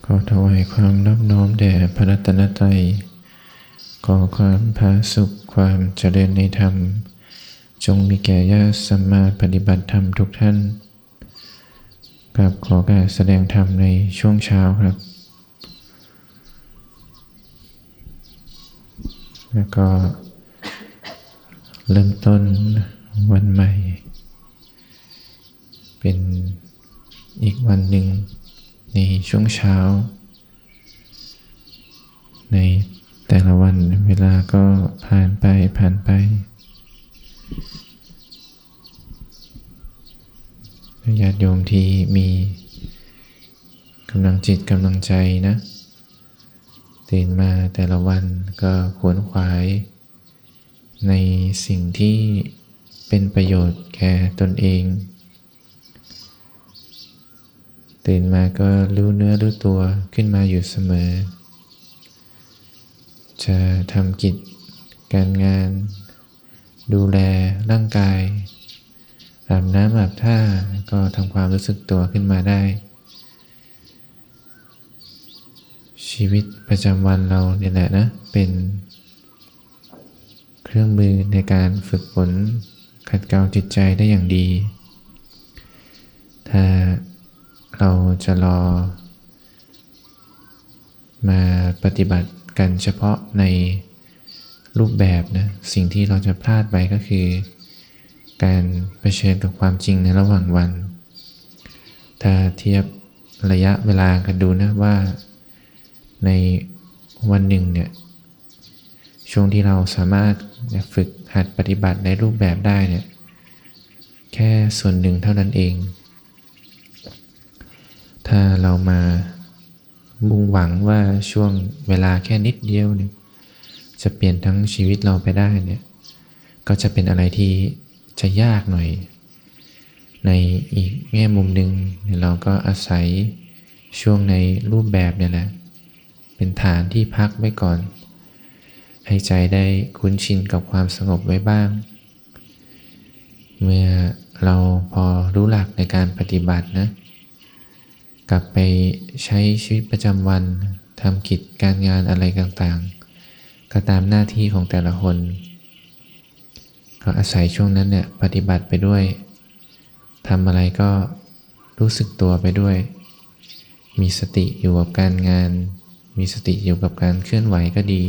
ขอถวายความนอบน้อมแด่พระรัตนตรัยขอความผาสุขความเจริญในธรรมจงมีแก่ญาติสัมมาปฏิบัติธรรมทุกท่านกับขอการแสดงธรรมในช่วงเช้าครับแล้วก็เริ่มต้นวันใหม่เป็นอีกวันหนึ่งในช่วงเช้าในแต่ละวันเวลาก็ผ่านไปญาติโยมที่มีกำลังจิตกำลังใจนะตื่นมาแต่ละวันก็ขวนขวายในสิ่งที่เป็นประโยชน์แก่ตนเองตื่นมาก็รู้เนื้อรู้ตัวขึ้นมาอยู่เสมอจะทำกิจการงานดูแลร่างกายอาบน้ำอาบท่าก็ทำความรู้สึกตัวขึ้นมาได้ชีวิตประจำวันเราเนี่ยแหละนะเป็นเครื่องมือในการฝึกฝนขัดเกลาจิตใจได้อย่างดีถ้าเราจะรอมาปฏิบัติกันเฉพาะในรูปแบบนะสิ่งที่เราจะพลาดไปก็คือการเผชิญกับความจริงในระหว่างวันถ้าเทียบระยะเวลากันดูนะว่าในวันหนึ่งเนี่ยช่วงที่เราสามารถฝึกหัดปฏิบัติในรูปแบบได้เนี่ยแค่ส่วนหนึ่งเท่านั้นเองถ้าเรามามุ่งหวังว่าช่วงเวลาแค่นิดเดียวเนี่ยจะเปลี่ยนทั้งชีวิตเราไปได้เนี่ยก็จะเป็นอะไรที่จะยากหน่อยในอีกแง่มุมหนึ่งเราก็อาศัยช่วงในรูปแบบเนี่ยแหละเป็นฐานที่พักไว้ก่อนให้ใจได้คุ้นชินกับความสงบไว้บ้างเมื่อเราพอรู้หลักในการปฏิบัตินะกลับไปใช้ชีวิตประจำวันทำกิจการงานอะไรต่างๆก็ตามหน้าที่ของแต่ละคนก็อาศัยช่วงนั้นเนี่ยปฏิบัติไปด้วยทำอะไรก็รู้สึกตัวไปด้วยมีสติอยู่กับการงานมีสติอยู่กับการเคลื่อนไหวก็ดี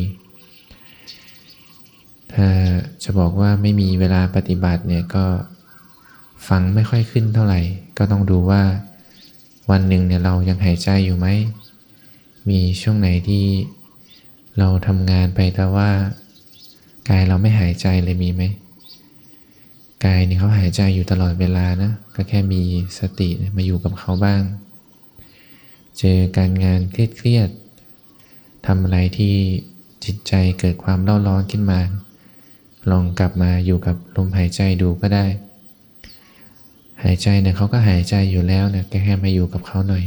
ถ้าจะบอกว่าไม่มีเวลาปฏิบัติเนี่ยก็ฟังไม่ค่อยขึ้นเท่าไหร่ก็ต้องดูว่าวันหนึ่งเนี่ยเรายังหายใจอยู่ไหมมีช่วงไหนที่เราทำงานไปแต่ว่ากายเราไม่หายใจเลยมีไหมกายนี่เขาหายใจอยู่ตลอดเวลานะก็แค่มีสติมาอยู่กับเขาบ้างเจอการงานเครียดๆทำอะไรที่จิตใจเกิดความเร่าร้อนขึ้นมาลองกลับมาอยู่กับลมหายใจดูก็ได้หายใจเนี่ยเขาก็หายใจอยู่แล้วเนี่ยแค่มาอยู่กับเขาหน่อย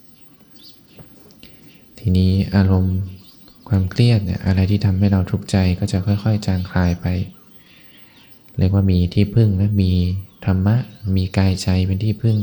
ทีนี้อารมณ์ความเครียดเนี่ยอะไรที่ทำให้เราทุกข์ใจก็จะค่อยๆจางคลายไปเรียกว่ามีที่พึ่งนะมีธรรมะมีกายใจเป็นที่พึ่ง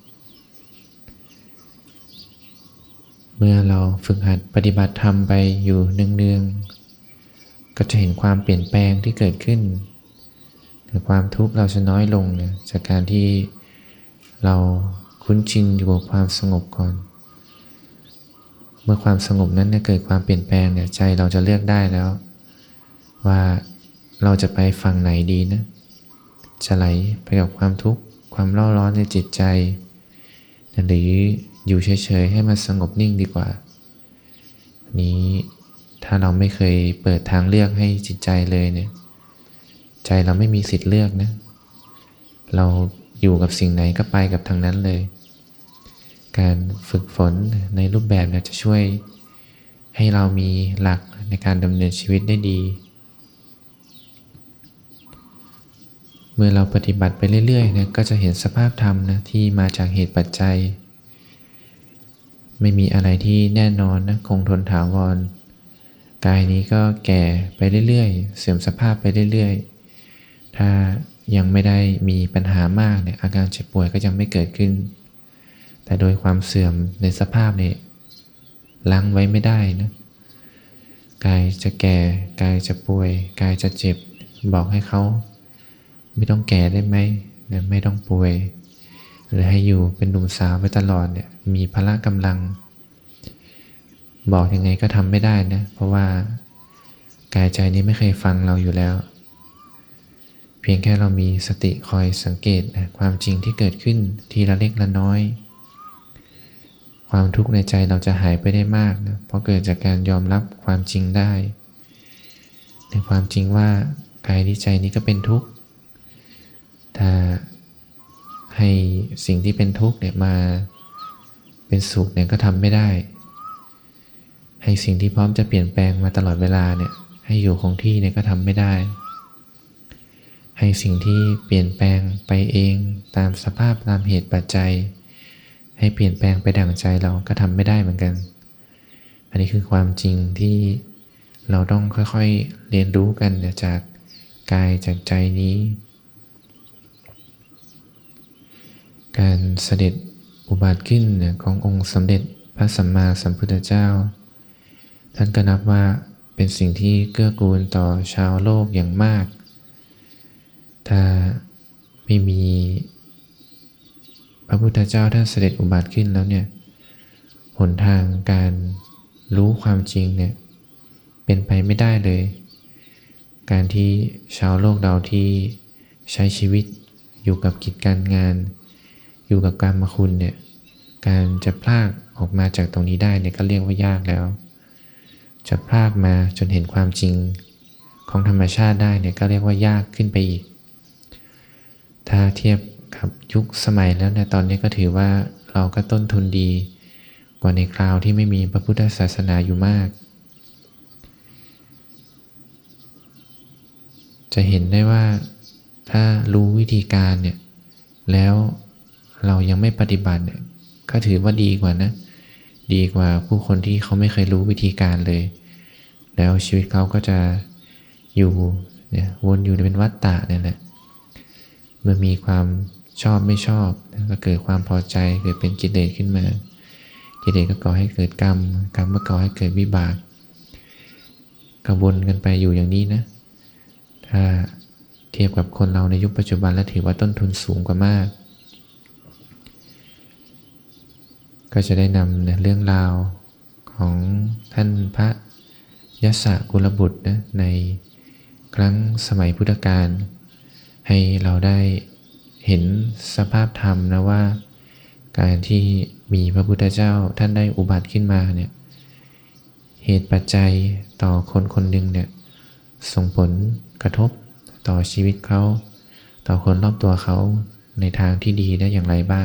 เมื่อเราฝึกหัดปฏิบัติธรรมไปอยู่เนืองๆก็จะเห็นความเปลี่ยนแปลงที่เกิดขึ้นความทุกข์เราจะน้อยลงเนี่ยจากการที่เราคุ้นชินอยู่กับความสงบก่อนเมื่อความสงบนั้นเนี่ยเกิดความเปลี่ยนแปลงเนี่ยใจเราจะเลือกได้แล้วว่าเราจะไปฝั่งไหนดีนะจะไหลไปกับความทุกข์ความเร่าร้อนในจิตใจหรืออยู่เฉยๆให้มันสงบนิ่งดีกว่านี้ถ้าเราไม่เคยเปิดทางเลือกให้จิตใจเลยเนี่ยใจเราไม่มีสิทธิ์เลือกนะเราอยู่กับสิ่งไหนก็ไปกับทางนั้นเลยการฝึกฝนในรูปแบบเนี่ยจะช่วยให้เรามีหลักในการดำเนินชีวิตได้ดีเมื่อเราปฏิบัติไปเรื่อยๆเนี่ยก็จะเห็นสภาพธรรมนะที่มาจากเหตุปัจจัยไม่มีอะไรที่แน่นอนนะคงทนถาวรกายนี้ก็แก่ไปเรื่อยๆเสื่อมสภาพไปเรื่อยๆถ้ายังไม่ได้มีปัญหามากเนี่ยอาการเจ็บป่วยก็ยังไม่เกิดขึ้นแต่โดยความเสื่อมในสภาพเนี่ยล้างไว้ไม่ได้นะกายจะแก่กายจะป่วยกายจะเจ็บบอกให้เขาไม่ต้องแก่ได้ไหมนะไม่ต้องป่วยหรือให้อยู่เป็นหนุ่มสาวไปตลอดเนี่ยมีพละกำลังบอกยังไงก็ทำไม่ได้นะเพราะว่ากายใจนี้ไม่เคยฟังเราอยู่แล้วเพียงแค่เรามีสติคอยสังเกตนะความจริงที่เกิดขึ้นทีละเล็กละน้อยความทุกข์ในใจเราจะหายไปได้มากนะเพราะเกิดจากการยอมรับความจริงได้ในความจริงว่ากายที่ใจนี้ก็เป็นทุกข์ถ้าให้สิ่งที่เป็นทุกข์เนี่ยมาเป็นสุขเนี่ยก็ทำไม่ได้ให้สิ่งที่พร้อมจะเปลี่ยนแปลงมาตลอดเวลาเนี่ยให้อยู่คงที่เนี่ยก็ทำไม่ได้ให้สิ่งที่เปลี่ยนแปลงไปเองตามสภาพตามเหตุปัจจัยให้เปลี่ยนแปลงไปดั่งใจเราก็ทำไม่ได้เหมือนกันอันนี้คือความจริงที่เราต้องค่อยๆเรียนรู้กันจากกายจากใจนี้การเสด็จอุบัติขึ้นขององค์สมเด็จพระสัมมาสัมพุทธเจ้าท่านก็นับว่าเป็นสิ่งที่เกื้อกูลต่อชาวโลกอย่างมากถ้าไม่มีพระพุทธเจ้าท่านเสด็จอุบัติขึ้นแล้วเนี่ยหนทางการรู้ความจริงเนี่ยเป็นไปไม่ได้เลยการที่ชาวโลกเราที่ใช้ชีวิตอยู่กับกิจการงานอยู่กับกามคุณเนี่ยการจะพลากออกมาจากตรงนี้ได้เนี่ยก็เรียกว่ายากแล้วจะพลากมาจนเห็นความจริงของธรรมชาติได้เนี่ยก็เรียกว่ายากขึ้นไปอีกถ้าเทียบกับยุคสมัยแล้วเนี่ยตอนนี้ก็ถือว่าเราก็ต้นทุนดีกว่าในคราวที่ไม่มีพระพุทธศาสนาอยู่มากจะเห็นได้ว่าถ้ารู้วิธีการเนี่ยแล้วเรายังไม่ปฏิบัติเนี่ยก็ถือว่าดีกว่านะดีกว่าผู้คนที่เขาไม่เคยรู้วิธีการเลยแล้วชีวิตเขาก็จะอยู่เนี่ยวนอยู่เป็นวัฏฏะเนี่ยแหละเมื่อมีความชอบไม่ชอบก็เกิดความพอใจเกิดเป็นกิเลสขึ้นมากิเลสก็ก่อให้เกิดกรรมกรรมก็ก่อให้เกิดวิบากกระวนกันไปอยู่อย่างนี้นะถ้าเทียบกับคนเราในยุคปัจจุบันแล้วถือว่าต้นทุนสูงกว่ามากก็จะได้นำเรื่องราวของท่านพระยศกุลบุตรนะในครั้งสมัยพุทธกาลให้เราได้เห็นสภาพธรรมนะว่าการที่มีพระพุทธเจ้าท่านได้อุบัติขึ้นมาเนี่ยเหตุปัจจัยต่อคนคนหนึ่งเนี่ยส่งผลกระทบต่อชีวิตเขาต่อคนรอบตัวเขาในทางที่ดีได้อย่างไรบ้าง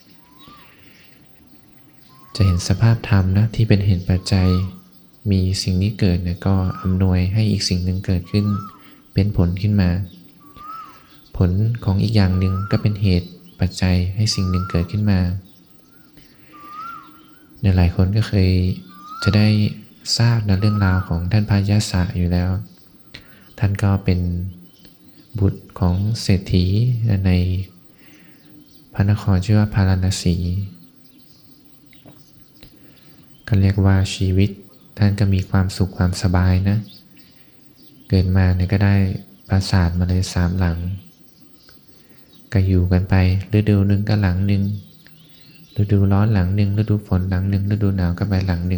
จะเห็นสภาพธรรมนะที่เป็นเหตุปัจจัยมีสิ่งนี้เกิดเนี่ยก็อำนวยให้อีกสิ่งหนึ่งเกิดขึ้นเป็นผลขึ้นมาผลของอีกอย่างหนึ่งก็เป็นเหตุปัจจัยให้สิ่งหนึ่งเกิดขึ้นมาในหลายคนก็เคยจะได้ทราบในเรื่องราวของท่านพระยศอยู่แล้วท่านก็เป็นบุตรของเศรษฐีในพระนครชื่อว่าพาราณสีก็เรียกว่าชีวิตท่านก็มีความสุขความสบายนะเกิดมาเนี่ยก็ได้ปราสาทมาเลย3 หลังก็อยู่กันไปฤดูหนึ่งก็หลังหนึ่งฤดูร้อนหลังหนึ่งฤดูฝนหลังหนึ่งฤดูหนาวก็ไปหลังหนึ่ง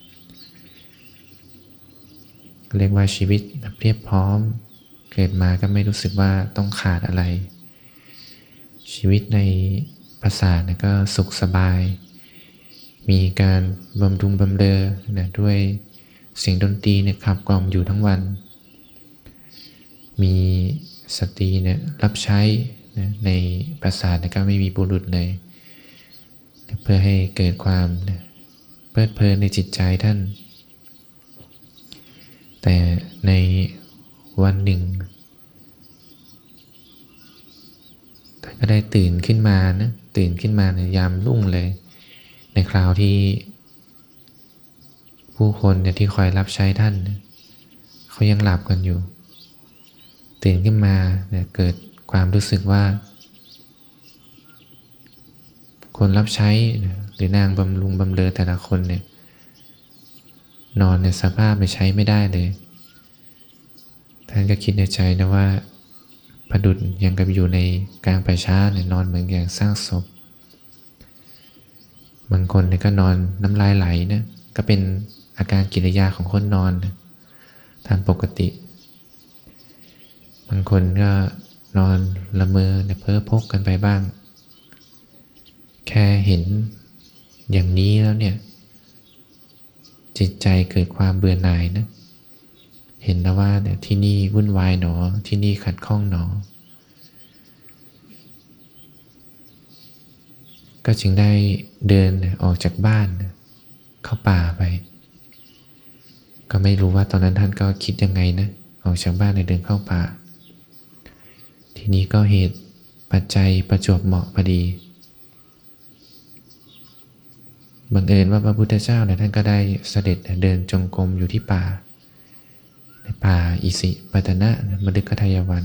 เรียกว่าชีวิตเพียบพร้อมเกิดมาก็ไม่รู้สึกว่าต้องขาดอะไรชีวิตในปราสาทเนี่ยก็สุขสบายมีการบำรุงบำเรอนะด้วยเสียงดนตรีเนี่ยขับกล่อมอยู่ทั้งวันมีสตรีเนี่ยรับใช้นะในปราสาทก็ไม่มีบุรุษเลยเพื่อให้เกิดความเพลิดเพลินในจิตใจท่านแต่ในวันหนึ่งท่านก็ได้ตื่นขึ้นมาในยามรุ่งเลยในคราวที่ผู้คนเนี่ยที่คอยรับใช้ท่านเขายังหลับกันอยู่ตื่นขึ้นมาเนี่ยเกิดความรู้สึกว่าคนรับใช้หรือนางบำรุงบำเรอแต่ละคนเนี่ยนอนในสภาพใช้ไม่ได้เลยท่านก็คิดในใจนะว่าประดุจยังกับอยู่ในกลางป่าช้าเนี่ยนอนเหมือนอย่างซากศพบางคนเนี่ยก็นอนน้ำลายไหลนะก็เป็นอาการกิริยาของคนนอนนะตามปกติบางคนก็นอนละเมอเพ้อพกกันไปบ้างแค่เห็นอย่างนี้แล้วเนี่ยจิตใจเกิดความเบื่อหน่ายนะเห็นแล้วว่าเนี่ยที่นี่วุ่นวายหนอที่นี่ขัดข้องหนอก็จึงได้เดินออกจากบ้านเข้าป่าไปก็ไม่รู้ว่าตอนนั้นท่านก็คิดยังไงนะออกจากบ้านเดินเข้าป่าทีนี้ก็เหตุปัจจัยประจวบเหมาะพอดีบังเอิญว่าพระพุทธเจ้าท่านก็ได้เสด็จเดินจงกรมอยู่ที่ป่าในป่าอิสิปตนะมฤคทายวัน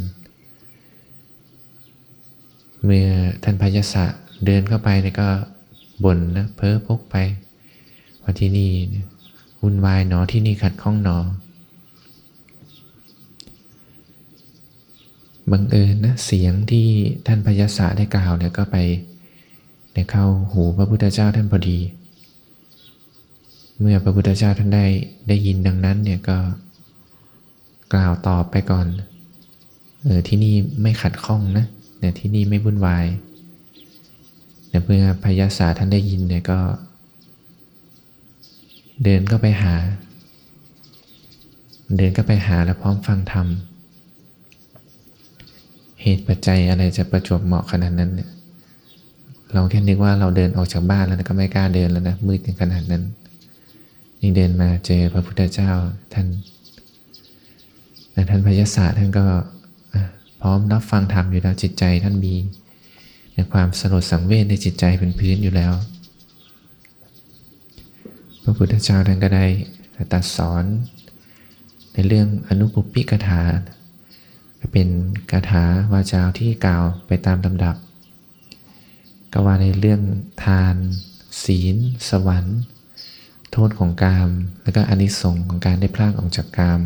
เมื่อท่านพยสะเดินเข้าไปก็บ่นนะเพ้อพกไปว่าที่นี่วุ่นวายหนอที่นี่ขัดข้องหนอบังเอิญนะเสียงที่ท่านพยสะได้กล่าวก็ไปเข้าหูพระพุทธเจ้าท่านพอดีเมื่อพระพุทธเจ้าท่านได้ยินดังนั้นก็กล่าวตอบไปก่อนที่นี่ไม่ขัดข้องนะที่นี่ไม่วุ่นวายเมื่อพยสะท่านได้ยินก็เดินก็ไปหาแล้วพร้อมฟังธรรมเหตุปัจจัยอะไรจะประจวบเหมาะขนาดนั้นเนี่ยเราแค่นึกว่าเราเดินออกจากบ้านแล้วก็ไม่กล้าเดินแล้วนะมืดขนาดนั้นยิ่งเดินมาเจอพระพุทธเจ้าท่านพยสะท่านก็พร้อมรับฟังธรรมอยู่แล้วจิตใจท่านมีในความสลดสังเวชในจิตใจเป็นพื้นอยู่แล้วพระพุทธเจ้าท่านก็ได้ตรัสสอนในเรื่องอนุปุปปิกถาเป็นคาถาวาจาที่กล่าวไปตามลำดับก็ว่าในเรื่องทานศีลสวรรค์โทษของกามแล้วก็อานิสงส์ของการได้พลากออกจากกาม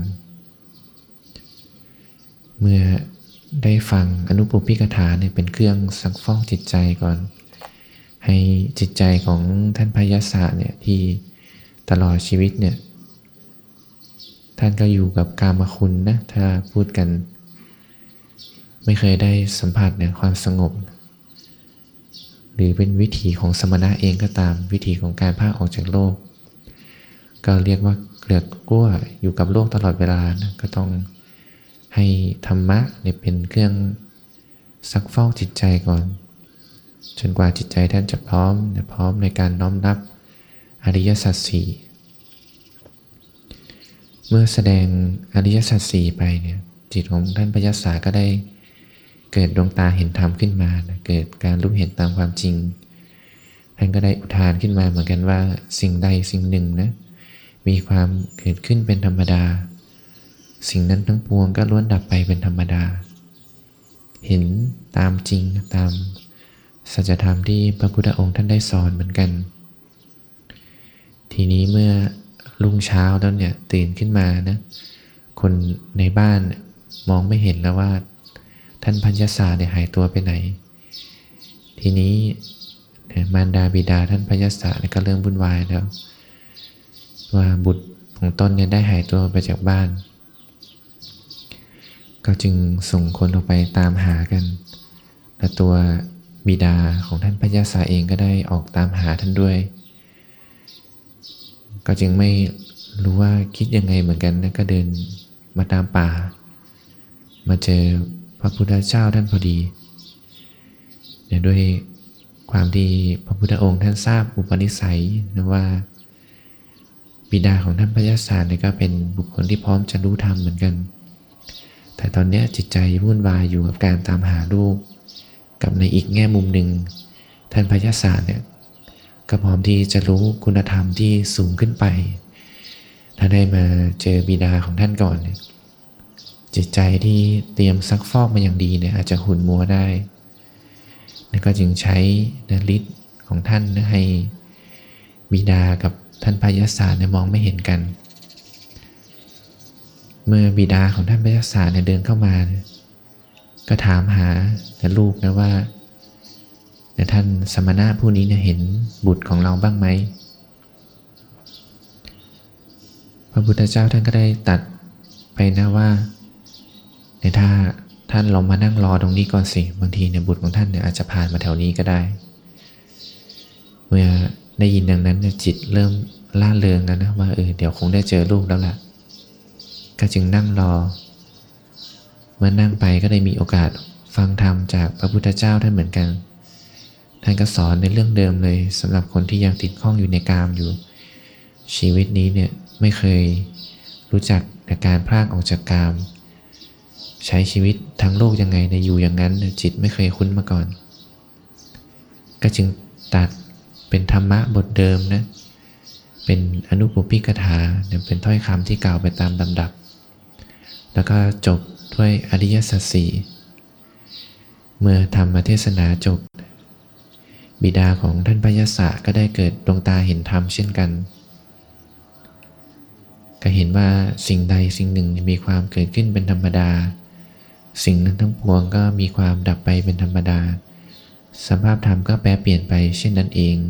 เมื่อได้ฟังอนุปุปปิกถาเป็นเครื่องซักฟอกจิตใจก่อนให้จิตใจของท่านพยสะที่ตลอดชีวิตท่านก็อยู่กับกามคุณนะถ้าพูดกันไม่เคยได้สัมผัสความสงบหรือเป็นวิถีของสมณะเองก็ตามวิถีของการพากออกจากโลกก็เรียกว่าเกลือกกลั้วอยู่กับโลกตลอดเวลานะก็ต้องให้ธรรมะเป็นเครื่องซักฟอกจิตใจก่อนจนกว่าจิตใจท่านจะพร้อมในการน้อมรับอริยสัจสี่เมื่อแสดงอริยสัจสี่ไปจิตของท่านพยสะก็ได้เกิดดวงตาเห็นธรรมขึ้นมาเกิดการรู้เห็นตามความจริงท่านก็ได้อุทานขึ้นมาเหมือนกันว่าสิ่งใดสิ่งหนึ่งมีความเกิดขึ้นเป็นธรรมดาสิ่งนั้นทั้งปวงก็ล้วนดับไปเป็นธรรมดาเห็นตามจริงตามสัจธรรมที่พระพุทธองค์ท่านได้สอนเหมือนกันทีนี้เมื่อรุ่งเช้าแล้วตื่นขึ้นมาคนในบ้านมองไม่เห็นแล้วว่าท่านพยสะหายตัวไปไหนทีนี้มารดาบิดาท่านพยสะก็เริ่มวุ่นวายแล้วว่าบุตรของตนได้หายตัวไปจากบ้านก็จึงส่งคนออกไปตามหากันและตัวบิดาของท่านพยสะเองก็ได้ออกตามหาท่านด้วยก็จึงไม่รู้ว่าคิดยังไงเหมือนกันก็เดินมาตามป่ามาเจอพระพุทธเจ้าท่านพอดีด้วยความที่พระพุทธองค์ท่านทราบอุปนิสัยว่าบิดาของท่านพยสะก็เป็นบุคคลที่พร้อมจะรู้ธรรมเหมือนกันแต่ตอนนี้จิตใจวุ่นวายอยู่กับการตามหาลูกกับในอีกแง่มุมหนึ่งท่านพยสะก็พร้อมที่จะรู้คุณธรรมที่สูงขึ้นไปถ้าได้มาเจอบิดาของท่านก่อนจิตใจที่เตรียมซักฟอกมาอย่างดีอาจจะขุ่นมัวได้ก็จึงใช้ฤทธิ์ของท่านให้บิดากับท่านพยสะมองไม่เห็นกันเมื่อบิดาของท่านพยัสสะเนี่ยเดินเข้ามาก็ถามหาลูกนะว่าท่านสมณะผู้นี้เนี่ยเห็นบุตรของเราบ้างไหมพระพุทธเจ้าท่านก็ได้ตัดไปนะว่าถ้าท่านลองมานั่งรอตรงนี้ก่อนสิบางทีเนี่ยบุตรของท่านเนี่ยอาจจะผ่านมาแถวนี้ก็ได้เมื่อได้ยินดังนั้นเนี่ยจิตเริ่มล่าเริงแล้วนะว่าเดี๋ยวคงได้เจอลูกแล้วล่ะก็จึงนั่งรอเมื่อนั่งไปก็ได้มีโอกาสฟังธรรมจากพระพุทธเจ้าท่านเหมือนกันท่านก็สอนในเรื่องเดิมเลยสำหรับคนที่ยังติดข้องอยู่ในกามอยู่ชีวิตนี้เนี่ยไม่เคยรู้จักในการพรากออกจากกามใช้ชีวิตทั้งโลกยังไงอยู่อย่างนั้นจิตไม่เคยคุ้นมาก่อนก็จึงตัดเป็นธรรมะบทเดิมนะเป็นอนุปุพพิกถาเป็นถ้อยคำที่กล่าวไปตามลำดับแล้วก็จบด้วยอริยสัจสี่เมื่อธรรมเทศนาจบบิดาของท่านพยัสสะก็ได้เกิดดวงตาเห็นธรรมเช่นกันก็เห็นว่าสิ่งใดสิ่งหนึ่งมีความเกิดขึ้นเป็นธรรมดาสิ่งนั้นทั้งปวงก็มีความดับไปเป็นธรรมดาสภาพธรรมก็แปรเปลี่ยนไปเช่นนั้นเอง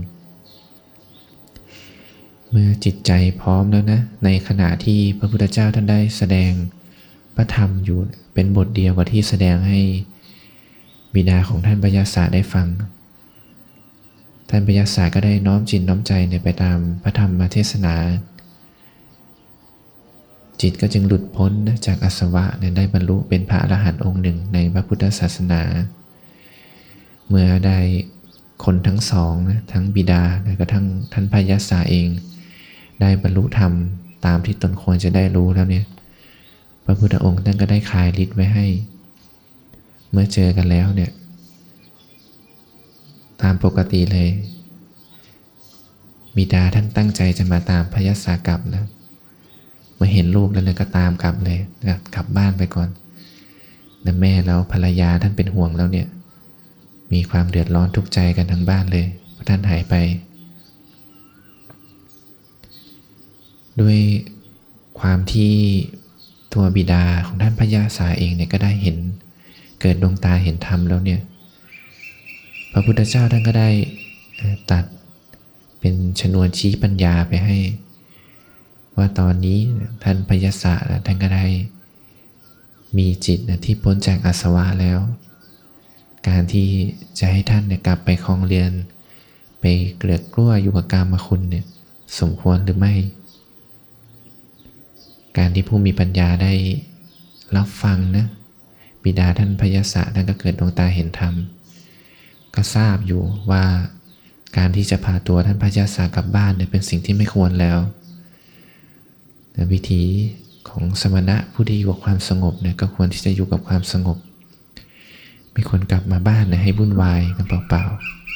เมื่อจิตใจพร้อมแล้วนะในขณะที่พระพุทธเจ้าท่านได้แสดงพระธรรมอยู่เป็นบทเดียวกับที่แสดงให้บิดาของท่านพยัสสะได้ฟังท่านพยัสสะก็ได้น้อมจิตน้อมใจไปตามพระธรรมเทศนาจิตก็จึงหลุดพ้นจากอาสวะได้บรรลุเป็นพระอรหันต์องค์หนึ่งในพระพุทธศาสนาเมื่อได้คนทั้งสองทั้งบิดาและก็ทั้งท่านพยัสสะเองได้บรรลุธรรมตามที่ตนควรจะได้รู้แล้วเนี่ยพระพุทธองค์ท่านก็ได้คลายฤทธิ์ไว้ให้เมื่อเจอกันแล้วเนี่ยตามปกติเลยบิดาท่านตั้งใจจะมาตามพยัสสะกลับนะเมื่อเห็นลูกแล้วเนี่ยก็ตามกลับเลยกลับบ้านไปก่อนแล้วแม่แล้วภรรยาท่านเป็นห่วงแล้วเนี่ยมีความเดือดร้อนทุกข์ใจกันทั้งบ้านเลยเพราะท่านหายไปด้วยความที่ตัวบิดาของท่านพยัสสะเองเนี่ยก็ได้เห็นเกิดดวงตาเห็นธรรมแล้วเนี่ยพระพุทธเจ้าท่านก็ได้ตัดเป็นชนวนชี้ปัญญาไปให้ว่าตอนนี้ท่านพยัสสะท่านก็ได้มีจิตที่พ้นจากอาสวะแล้วการที่จะให้ท่านกลับไปครองเรือนไปเกลือกกลั้วอยู่กับกามคุณเนี่ยสมควรหรือไม่การที่ผู้มีปัญญาได้รับฟังนะบิดาท่านพยัสสะท่านก็เกิดดวงตาเห็นธรรมก็ทราบอยู่ว่าการที่จะพาตัวท่านพยัสสะกลับบ้านเนี่ยเป็นสิ่งที่ไม่ควรแล้วแต่วิธีของสมณะผู้ที่อยู่กับความสงบเนี่ยก็ควรที่จะอยู่กับความสงบไม่ควรกลับมาบ้านให้วุ่นวายกันเปล่า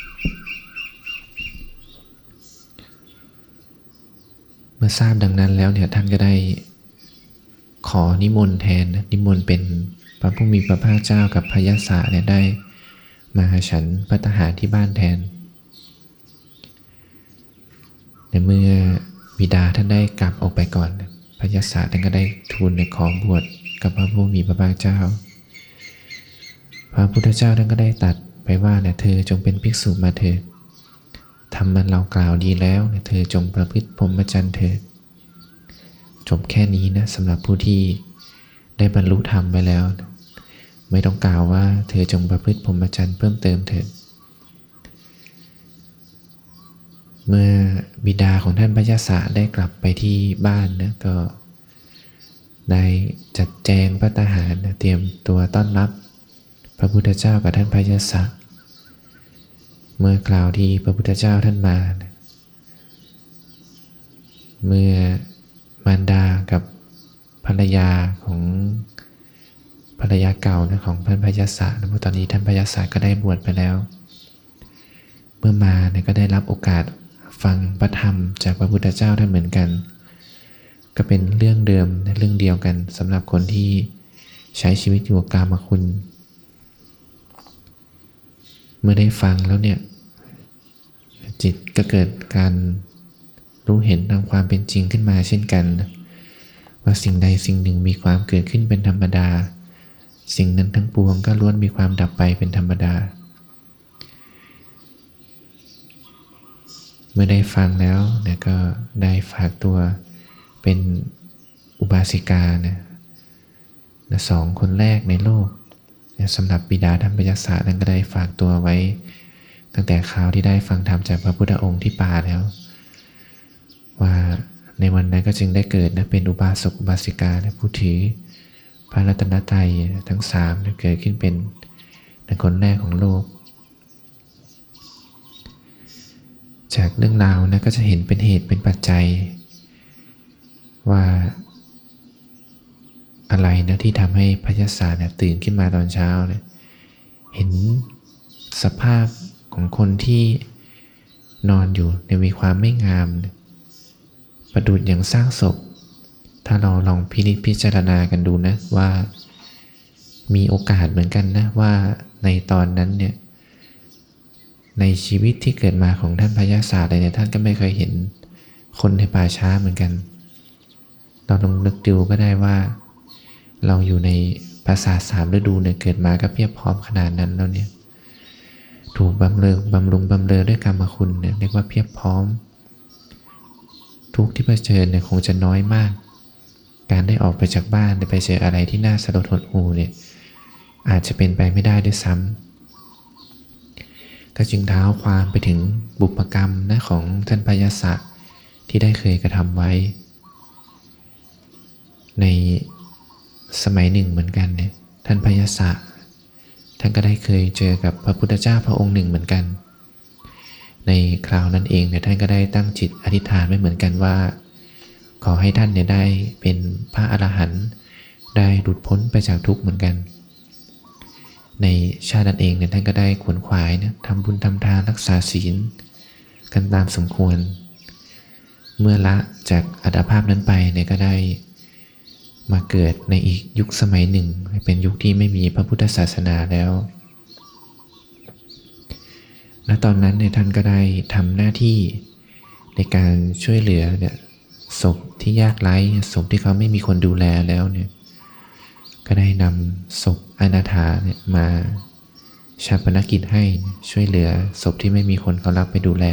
ๆเมื่อทราบดังนั้นแล้วเนี่ยท่านก็ได้ขอนิมนต์แทนนิมนต์เป็นพระผู้มีพระภาคเจ้ากับพยัสสะเนี่ยได้มาฉันภัตตาหารที่บ้านแทนในเมื่อบิดาท่านได้กลับออกไปก่อนพยัสสะท่านก็ได้ทูลขอบวชกับพระผู้มีพระภาคเจ้าพระพุทธเจ้าท่านก็ได้ตรัสไปว่าเธอจงเป็นภิกษุมาเถิดธรรมมันเรากล่าวดีแล้วเธอจงประพฤติพรหมจรรย์เถิดจบแค่นี้นะสำหรับผู้ที่ได้บรรลุธรรมไปแล้วไม่ต้องกล่าวว่าเธอจงประพฤติพรหมจรรย์เพิ่มเติมเถิดเมื่อบิดาของท่านพยัสสะได้กลับไปที่บ้านนะก็ได้จัดแจงภัตตาหารเตรียมตัวต้อนรับพระพุทธเจ้ากับท่านพยัสสะเมื่อกล่าวที่พระพุทธเจ้าท่านมาเมื่อมารดากับภรรยาของภรรยาเก่าของท่านพยัสสะแล้วตอนนี้ท่านพยัสสะก็ได้บวชไปแล้วเมื่อมาก็ได้รับโอกาสฟังพระธรรมจากพระพุทธเจ้าท่านเหมือนกันก็เป็นเรื่องเดิมเรื่องเดียวกันสำหรับคนที่ใช้ชีวิตอยู่กับกามคุณ เมื่อได้ฟังแล้วเนี่ยจิตก็เกิดการรู้เห็นตามความเป็นจริงขึ้นมาเช่นกันว่าสิ่งใดสิ่งหนึ่งมีความเกิดขึ้นเป็นธรรมดาสิ่งนั้นทั้งปวงก็ล้วนมีความดับไปเป็นธรรมดาเมื่อได้ฟังแล้วนะก็ได้ฝากตัวเป็นอุบาสิกานะ2 คนแรกในโลกนะสำหรับบิดาธรรมปยัสสะนั้นก็ได้ฝากตัวไว้ตั้งแต่คราวที่ได้ฟังธรรมจากพระพุทธองค์ที่ป่าแล้วว่าในวันนั้นก็จึงได้เกิดนะเป็นอุบาสกอุบาสิกานะผู้ถือพระรัตนตรัยทั้ง3นะเกิดขึ้นเป็นคนแรกของโลกจากเรื่องราวนะก็จะเห็นเป็นเหตุเป็นปัจจัยว่าอะไรนะที่ทำให้พยัสสะเนี่ยตื่นขึ้นมาตอนเช้าเนี่ยเห็นสภาพของคนที่นอนอยู่เนี่ยมีความไม่งามประดุจอย่างสร้างศพถ้าเราลองพินิจพิจารณากันดูนะว่ามีโอกาสเหมือนกันนะว่าในตอนนั้นเนี่ยในชีวิตที่เกิดมาของท่านพยัสสะเลยเนี่ยท่านก็ไม่เคยเห็นคนในป่าช้าเหมือนกันเราลองนึกดูก็ได้ว่าเราอยู่ในปราสาท3 ฤดูเนี่ยเกิดมาก็เพียบพร้อมขนาดนั้นแล้วเนี่ยถูกบำเรอด้วยกรรมคุณเนี่ยเรียกว่าเพียบพร้อมทุกที่เผชิญเนี่ยคงจะน้อยมากการได้ออกไปจากบ้านไปเจออะไรที่น่าสลดหดหู่เนี่ยอาจจะเป็นไปไม่ได้ด้วยซ้ำก็จึงเท้าความไปถึงบุพกรรมนะของท่านพยัสสะที่ได้เคยกระทำไว้ในสมัยหนึ่งเหมือนกันเนี่ยท่านพยัสสะท่านก็ได้เคยเจอกับพระพุทธเจ้าพระองค์หนึ่งเหมือนกันในคราวนั้นเองเนี่ยท่านก็ได้ตั้งจิตอธิษฐานไว้เหมือนกันว่าขอให้ท่านเนี่ยได้เป็นพระอรหันต์ได้หลุดพ้นไปจากทุกข์เหมือนกันในชาตินั้นเองเนี่ยท่านก็ได้ขวนขวายนะทำบุญทำทานรักษาศีลกันตามสมควรเมื่อละจากอัตภาพนั้นไปเนี่ยก็ได้มาเกิดในอีกยุคสมัยหนึ่งเป็นยุคที่ไม่มีพระพุทธศาสนาแล้วและตอนนั้นเนี่ยท่านก็ได้ทำหน้าที่ในการช่วยเหลือเนี่ยศพที่ยากไร้ศพที่เขาไม่มีคนดูแลแล้วเนี่ยก็ได้นำศพอนาถาเนี่ยมาฌาปนกิจให้ช่วยเหลือศพที่ไม่มีคนเขารับไปดูแล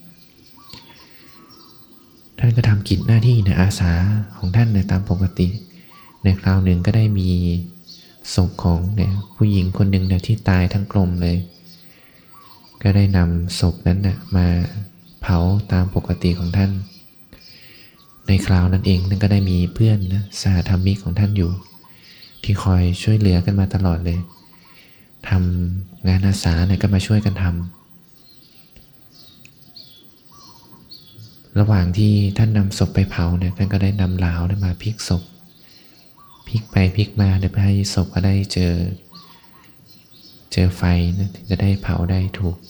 ท่านก็ทำกิจหน้าที่ในอาสาของท่านในตามปกติในคราวหนึ่งก็ได้มีศพของเนี่ยผู้หญิงคนหนึ่งเนี่ยที่ตายทั้งกลมเลยก็ได้นำศพนั้นนะมาเผาตามปกติของท่านในคราวนั้นเองท่านก็ได้มีเพื่อนนะสหธรรมิกของท่านอยู่ที่คอยช่วยเหลือกันมาตลอดเลยทำงานอาสาเนี่ยก็มาช่วยกันทำระหว่างที่ท่านนำศพไปเผาเนี่ยท่านก็ได้นำเหลามาพลิกศพพลิกไปพลิกมาเดี๋ยวเพื่อให้ศพก็ได้เจอไฟนะจะได้เผาได้ถูก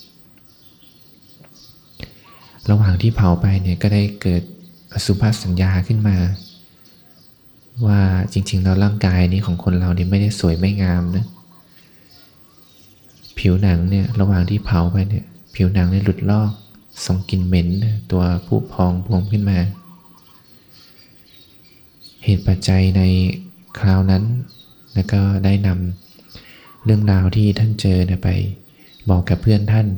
ระหว่างที่เผาไปเนี่ยก็ได้เกิดอสุภสัญญาขึ้นมาว่าจริงๆแล้วร่างกายนี้ของคนเราเนี่ยไม่ได้สวยไม่งามนะผิวหนังเนี่ยระหว่างที่เผาไปเนี่ยผิวหนังเนี่ยหลุดลอกส่งกลิ่นเหม็นตัวผุพองบวมขึ้นมาเหตุปัจจัยในคราวนั้นแล้วก็ได้นำเรื่องราวที่ท่านเจอเนี่ยไปบอกกับเพื่อนท่าน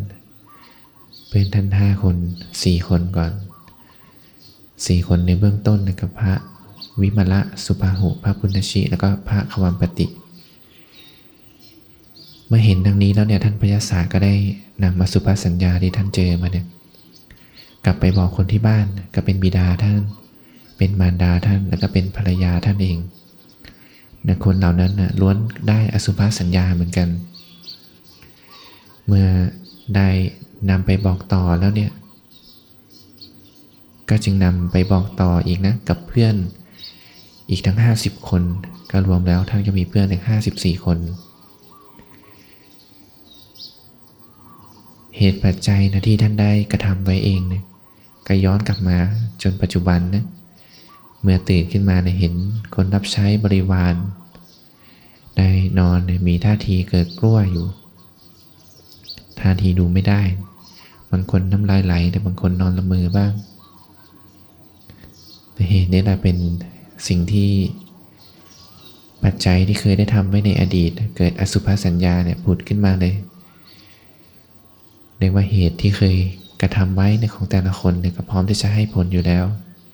5 คน 4 คนก่อน4 คนในเบื้องต้นกับพระวิมละสุปาหุพระปุณณชิแล้วก็พระขวัมปติเมื่อเห็นดังนี้แล้วเนี่ยท่านพยัสสะก็ได้นำอสุภสัญญาที่ท่านเจอมาเนี่ยกลับไปบอกคนที่บ้านก็เป็นบิดาท่านเป็นมารดาท่านแล้วก็เป็นภรรยาท่านเองนะคนเหล่านั้นนะล้วนได้อสุภสัญญาเหมือนกันเมื่อได้นำไปบอกต่อแล้วเนี่ยก็จึงนำไปบอกต่ออีกนะกับเพื่อนอีกทั้ง50 คนก็รวมแล้วท่านก็มีเพื่อนถึง54 คนเหตุปัจจัยนะที่ท่านได้กระทำไว้เองเนี่ยก็ย้อนกลับมาจนปัจจุบันนะเมื่อตื่นขึ้นมาเนี่ยเห็นคนรับใช้บริวารได้นอนมีท่าทีเกิดกลั้วอยู่ท่าทีดูไม่ได้บางคนน้ำลายไหลแต่บางคนนอนละเมอบ้างแต่เหตุนี้แหละเป็นสิ่งที่ปัจจัยที่เคยได้ทำไว้ในอดีตเกิดอสุภสัญญาเนี่ยผุดขึ้นมาเลยเรียกว่าเหตุที่เคยกระทำไว้ในของแต่ละคนเนี่ยก็พร้อมที่จะให้ผลอยู่แล้ว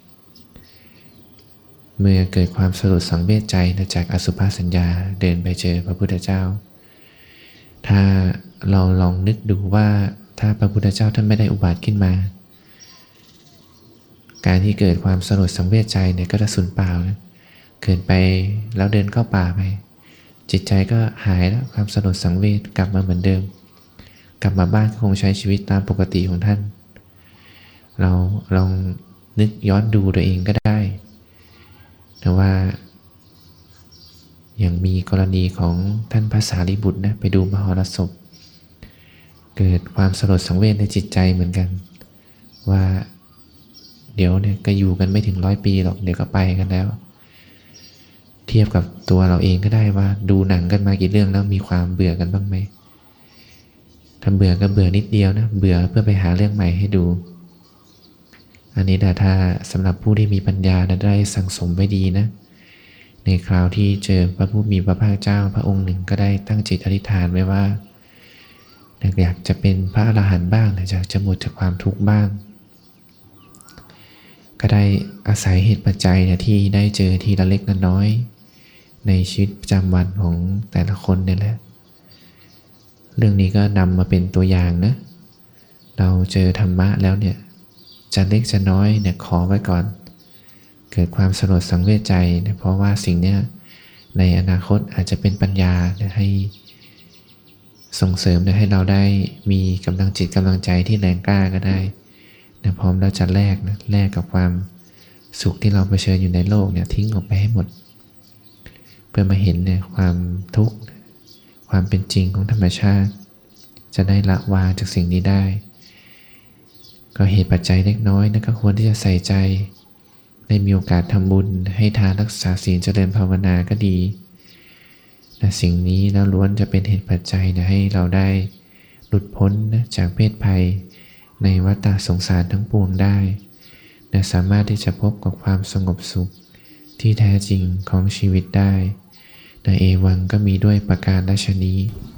เมื่อเกิดความสลดสังเวชใจจากอสุภสัญญาเดินไปเจอพระพุทธเจ้าถ้าเราลองนึกดูว่าถ้าพระพุทธเจ้าท่านไม่ได้อุบัติขึ้นมาการที่เกิดความสลดสังเวชใจเนี่ยก็จะสูญเปล่านะเกิดไปแล้วเดินเข้าป่าไปจิตใจก็หายแล้วความสลดสังเวชกลับมาเหมือนเดิมกลับมาบ้านก็คงใช้ชีวิตตามปกติของท่านเราลองนึกย้อนดูตัวเองก็ได้แต่ว่าอย่างมีกรณีของท่านพระสารีบุตรนะไปดูมหรสพเกิดความสลดสังเวชในจิตใจเหมือนกันว่าเดี๋ยวเนี่ยก็อยู่กันไม่ถึง100 ปีหรอกเดี๋ยวก็ไปกันแล้วเทียบกับตัวเราเองก็ได้ว่าดูหนังกันมากี่เรื่องแล้วมีความเบื่อกันบ้างไหมถ้าเบื่อก็เบื่อนิดเดียวนะเบื่อเพื่อไปหาเรื่องใหม่ให้ดูอันนี้ถ้าสำหรับผู้ที่มีปัญญาได้สั่งสมไว้ดีนะในคราวที่เจอพระผู้มีพระภาคเจ้าพระองค์หนึ่งก็ได้ตั้งจิตอธิษฐานไว้ว่าอยากจะเป็นพระอรหันต์บ้างอยากจะหมดจากความทุกข์บ้างก็ได้อาศัยเหตุปัจจัยที่ได้เจอทีละเล็กละน้อยในชีวิตประจำวันของแต่ละคนเนี่ยแหละเรื่องนี้ก็นำมาเป็นตัวอย่างนะเราเจอธรรมะแล้วเนี่ยจะเล็กจะน้อยเนี่ยขอไว้ก่อนเกิดความสลดสังเวชใจนะเพราะว่าสิ่งเนี้ยในอนาคตอาจจะเป็นปัญญาให้ส่งเสริมให้เราได้มีกำลังจิตกำลังใจที่แรงกล้าก็ได้นะพร้อมแล้วจะแลกกับความสุขที่เราเผชิญอยู่ในโลกเนี่ยทิ้งออกไปให้หมดเพื่อมาเห็นเนี่ยความทุกข์ความเป็นจริงของธรรมชาติจะได้ละวางจากสิ่งนี้ได้ก็เหตุปัจจัยเล็กน้อยนะก็ควรที่จะใส่ใจได้มีโอกาสทำบุญให้ทานรักษาศีลเจริญภาวนาก็ดีนะสิ่งนี้แล้วล้วนจะเป็นเหตุปัจจัยนะให้เราได้หลุดพ้นนะจากเพศภัยในวัฏสงสารทั้งปวงได้นะสามารถที่จะพบกับความสงบสุขที่แท้จริงของชีวิตได้นะเอวังก็มีด้วยประการฉะนี้